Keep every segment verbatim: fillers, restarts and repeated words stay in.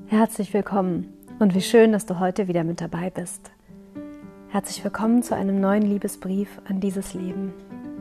Herzlich willkommen und wie schön, dass du heute wieder mit dabei bist. Herzlich willkommen zu einem neuen Liebesbrief an dieses Leben.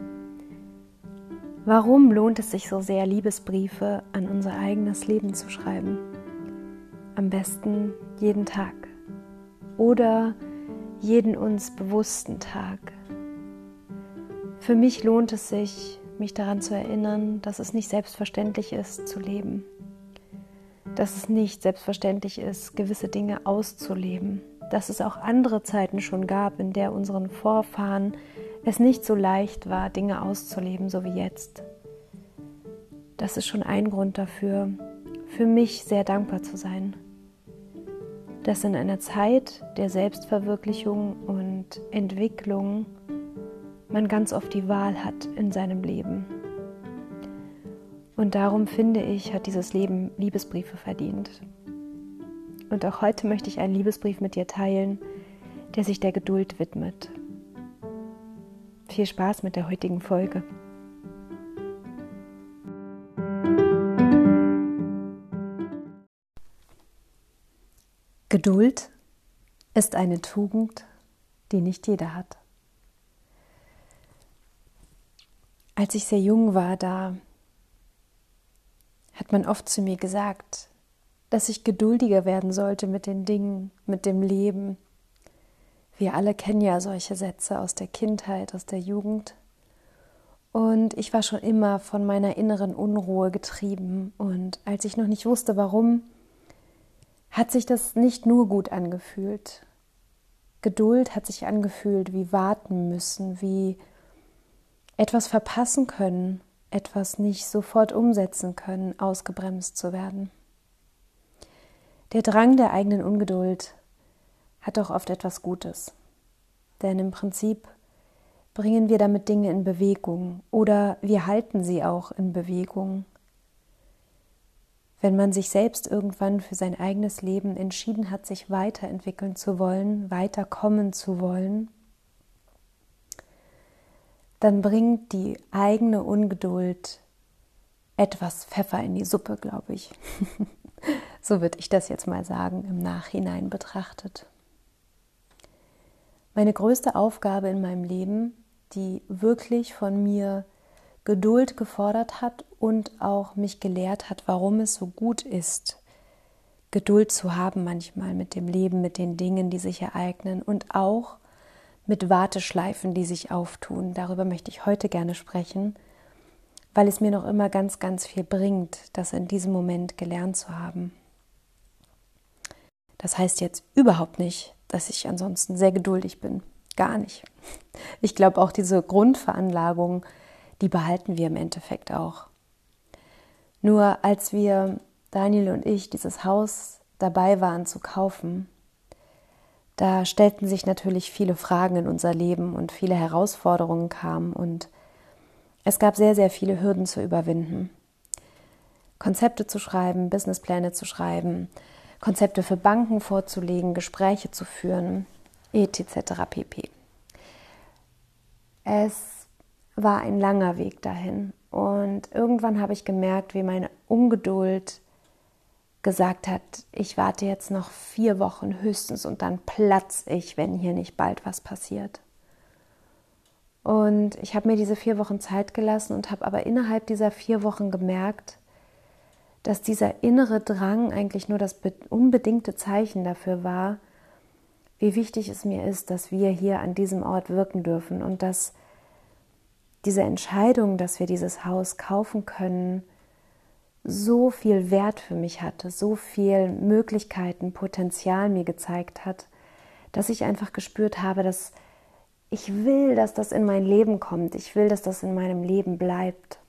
Warum lohnt es sich so sehr, Liebesbriefe an unser eigenes Leben zu schreiben? Am besten jeden Tag oder jeden uns bewussten Tag. Für mich lohnt es sich, mich daran zu erinnern, dass es nicht selbstverständlich ist, zu leben. Dass es nicht selbstverständlich ist, gewisse Dinge auszuleben. Dass es auch andere Zeiten schon gab, in der unseren Vorfahren es nicht so leicht war, Dinge auszuleben, so wie jetzt. Das ist schon ein Grund dafür, für mich sehr dankbar zu sein. Dass in einer Zeit der Selbstverwirklichung und Entwicklung man ganz oft die Wahl hat in seinem Leben. Und darum finde ich, hat dieses Leben Liebesbriefe verdient. Und auch heute möchte ich einen Liebesbrief mit dir teilen, der sich der Geduld widmet. Viel Spaß mit der heutigen Folge. Geduld ist eine Tugend, die nicht jeder hat. Als ich sehr jung war, da hat man oft zu mir gesagt, dass ich geduldiger werden sollte mit den Dingen, mit dem Leben. Wir alle kennen ja solche Sätze aus der Kindheit, aus der Jugend. Und ich war schon immer von meiner inneren Unruhe getrieben. Und als ich noch nicht wusste, warum, hat sich das nicht nur gut angefühlt. Geduld hat sich angefühlt wie warten müssen, wie etwas verpassen können, etwas nicht sofort umsetzen können, ausgebremst zu werden. Der Drang der eigenen Ungeduld hat auch oft etwas Gutes, denn im Prinzip bringen wir damit Dinge in Bewegung oder wir halten sie auch in Bewegung. Wenn man sich selbst irgendwann für sein eigenes Leben entschieden hat, sich weiterentwickeln zu wollen, weiterkommen zu wollen, dann bringt die eigene Ungeduld etwas Pfeffer in die Suppe, glaube ich. So würde ich das jetzt mal sagen, im Nachhinein betrachtet. Meine größte Aufgabe in meinem Leben, die wirklich von mir Geduld gefordert hat und auch mich gelehrt hat, warum es so gut ist, Geduld zu haben manchmal mit dem Leben, mit den Dingen, die sich ereignen und auch mit Warteschleifen, die sich auftun. Darüber möchte ich heute gerne sprechen, weil es mir noch immer ganz, ganz viel bringt, das in diesem Moment gelernt zu haben. Das heißt jetzt überhaupt nicht, dass ich ansonsten sehr geduldig bin. Gar nicht. Ich glaube auch diese Grundveranlagung, die behalten wir im Endeffekt auch. Nur als wir, Daniel und ich, dieses Haus dabei waren zu kaufen, da stellten sich natürlich viele Fragen in unser Leben und viele Herausforderungen kamen und es gab sehr, sehr viele Hürden zu überwinden. Konzepte zu schreiben, Businesspläne zu schreiben, Konzepte für Banken vorzulegen, Gespräche zu führen, et cetera pp. Es war ein langer Weg dahin und irgendwann habe ich gemerkt, wie meine Ungeduld gesagt hat, ich warte jetzt noch vier Wochen höchstens und dann platze ich, wenn hier nicht bald was passiert. Und ich habe mir diese vier Wochen Zeit gelassen und habe aber innerhalb dieser vier Wochen gemerkt, dass dieser innere Drang eigentlich nur das unbedingte Zeichen dafür war, wie wichtig es mir ist, dass wir hier an diesem Ort wirken dürfen und dass diese Entscheidung, dass wir dieses Haus kaufen können, so viel Wert für mich hatte, so viel Möglichkeiten, Potenzial mir gezeigt hat, dass ich einfach gespürt habe, dass ich will, dass das in mein Leben kommt. Ich will, dass das in meinem Leben bleibt.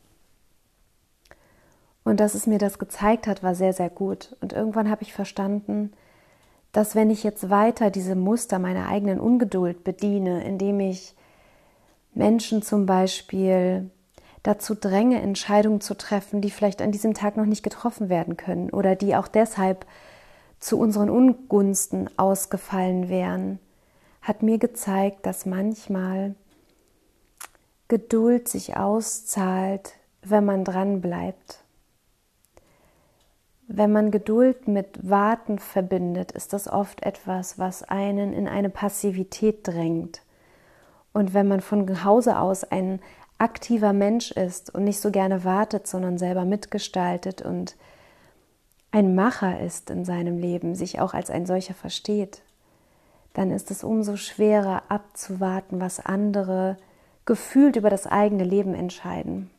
Und dass es mir das gezeigt hat, war sehr, sehr gut. Und irgendwann habe ich verstanden, dass wenn ich jetzt weiter diese Muster meiner eigenen Ungeduld bediene, indem ich Menschen zum Beispiel dazu dränge, Entscheidungen zu treffen, die vielleicht an diesem Tag noch nicht getroffen werden können oder die auch deshalb zu unseren Ungunsten ausgefallen wären, hat mir gezeigt, dass manchmal Geduld sich auszahlt, wenn man dran bleibt. Wenn man Geduld mit Warten verbindet, ist das oft etwas, was einen in eine Passivität drängt. Und wenn man von Hause aus ein aktiver Mensch ist und nicht so gerne wartet, sondern selber mitgestaltet und ein Macher ist in seinem Leben, sich auch als ein solcher versteht, dann ist es umso schwerer abzuwarten, was andere gefühlt über das eigene Leben entscheiden.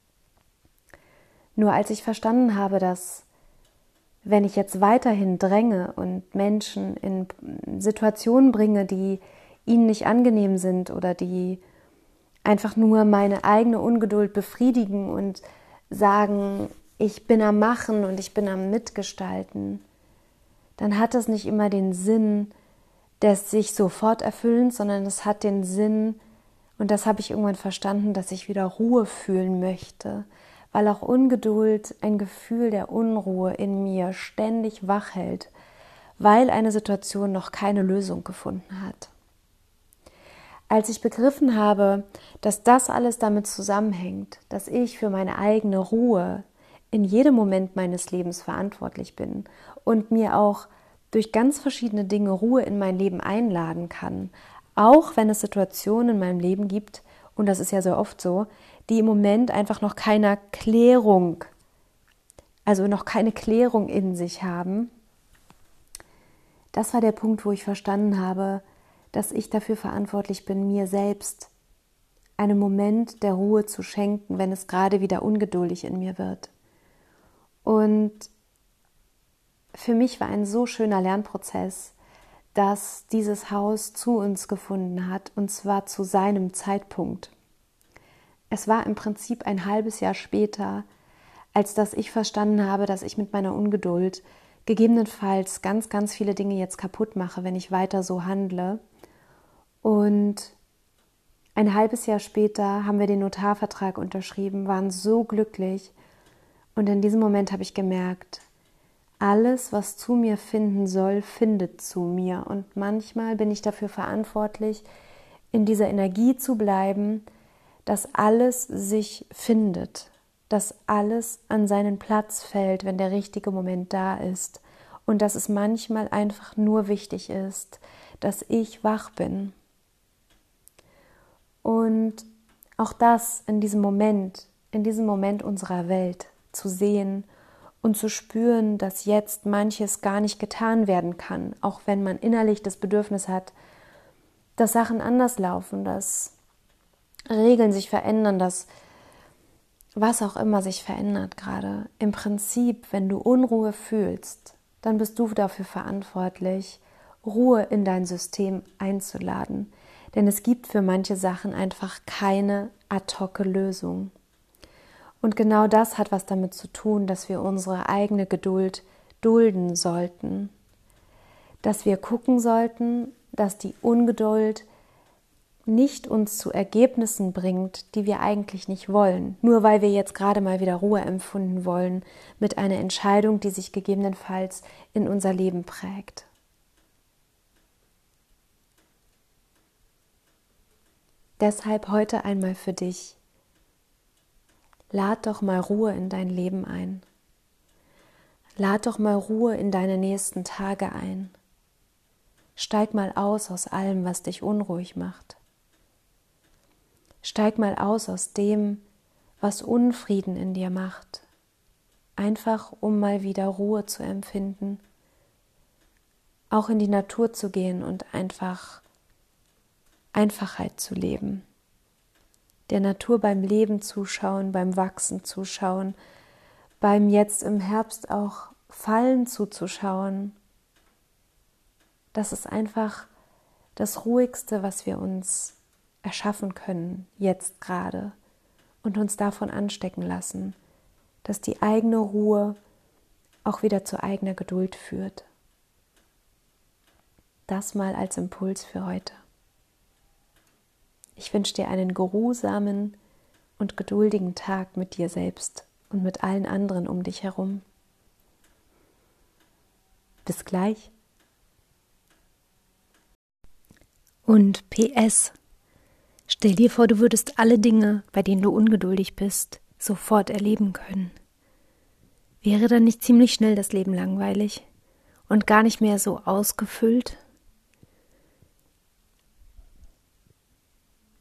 Nur als ich verstanden habe, dass wenn ich jetzt weiterhin dränge und Menschen in Situationen bringe, die ihnen nicht angenehm sind oder die einfach nur meine eigene Ungeduld befriedigen und sagen, ich bin am Machen und ich bin am Mitgestalten, dann hat das nicht immer den Sinn des sich sofort erfüllens, sondern es hat den Sinn, und das habe ich irgendwann verstanden, dass ich wieder Ruhe fühlen möchte, weil auch Ungeduld ein Gefühl der Unruhe in mir ständig wach hält, weil eine Situation noch keine Lösung gefunden hat. Als ich begriffen habe, dass das alles damit zusammenhängt, dass ich für meine eigene Ruhe in jedem Moment meines Lebens verantwortlich bin und mir auch durch ganz verschiedene Dinge Ruhe in mein Leben einladen kann, auch wenn es Situationen in meinem Leben gibt, und das ist ja sehr oft so, die im Moment einfach noch keine Klärung, also noch keine Klärung in sich haben. Das war der Punkt, wo ich verstanden habe, dass ich dafür verantwortlich bin, mir selbst einen Moment der Ruhe zu schenken, wenn es gerade wieder ungeduldig in mir wird. Und für mich war ein so schöner Lernprozess, dass dieses Haus zu uns gefunden hat, und zwar zu seinem Zeitpunkt. Es war im Prinzip ein halbes Jahr später, als dass ich verstanden habe, dass ich mit meiner Ungeduld gegebenenfalls ganz, ganz viele Dinge jetzt kaputt mache, wenn ich weiter so handle. Und ein halbes Jahr später haben wir den Notarvertrag unterschrieben, waren so glücklich. Und in diesem Moment habe ich gemerkt, alles, was zu mir finden soll, findet zu mir. Und manchmal bin ich dafür verantwortlich, in dieser Energie zu bleiben, dass alles sich findet, dass alles an seinen Platz fällt, wenn der richtige Moment da ist. Und dass es manchmal einfach nur wichtig ist, dass ich wach bin. Und auch das in diesem Moment, in diesem Moment unserer Welt zu sehen und zu spüren, dass jetzt manches gar nicht getan werden kann, auch wenn man innerlich das Bedürfnis hat, dass Sachen anders laufen, dass Regeln sich verändern, dass was auch immer sich verändert gerade. Im Prinzip, wenn du Unruhe fühlst, dann bist du dafür verantwortlich, Ruhe in dein System einzuladen. Denn es gibt für manche Sachen einfach keine ad-hoc-Lösung. Und genau das hat was damit zu tun, dass wir unsere eigene Geduld dulden sollten. Dass wir gucken sollten, dass die Ungeduld nicht uns zu Ergebnissen bringt, die wir eigentlich nicht wollen. Nur weil wir jetzt gerade mal wieder Ruhe empfinden wollen mit einer Entscheidung, die sich gegebenenfalls in unser Leben prägt. Deshalb heute einmal für dich. Lad doch mal Ruhe in dein Leben ein. Lad doch mal Ruhe in deine nächsten Tage ein. Steig mal aus aus allem, was dich unruhig macht. Steig mal aus aus dem, was Unfrieden in dir macht. Einfach, um mal wieder Ruhe zu empfinden. Auch in die Natur zu gehen und einfach Einfachheit zu leben. Der Natur beim Leben zuschauen, beim Wachsen zuschauen, beim jetzt im Herbst auch Fallen zuzuschauen. Das ist einfach das Ruhigste, was wir uns erschaffen können, jetzt gerade, und uns davon anstecken lassen, dass die eigene Ruhe auch wieder zu eigener Geduld führt. Das mal als Impuls für heute. Ich wünsche dir einen geruhsamen und geduldigen Tag mit dir selbst und mit allen anderen um dich herum. Bis gleich. Und P S. Stell dir vor, du würdest alle Dinge, bei denen du ungeduldig bist, sofort erleben können. Wäre dann nicht ziemlich schnell das Leben langweilig und gar nicht mehr so ausgefüllt?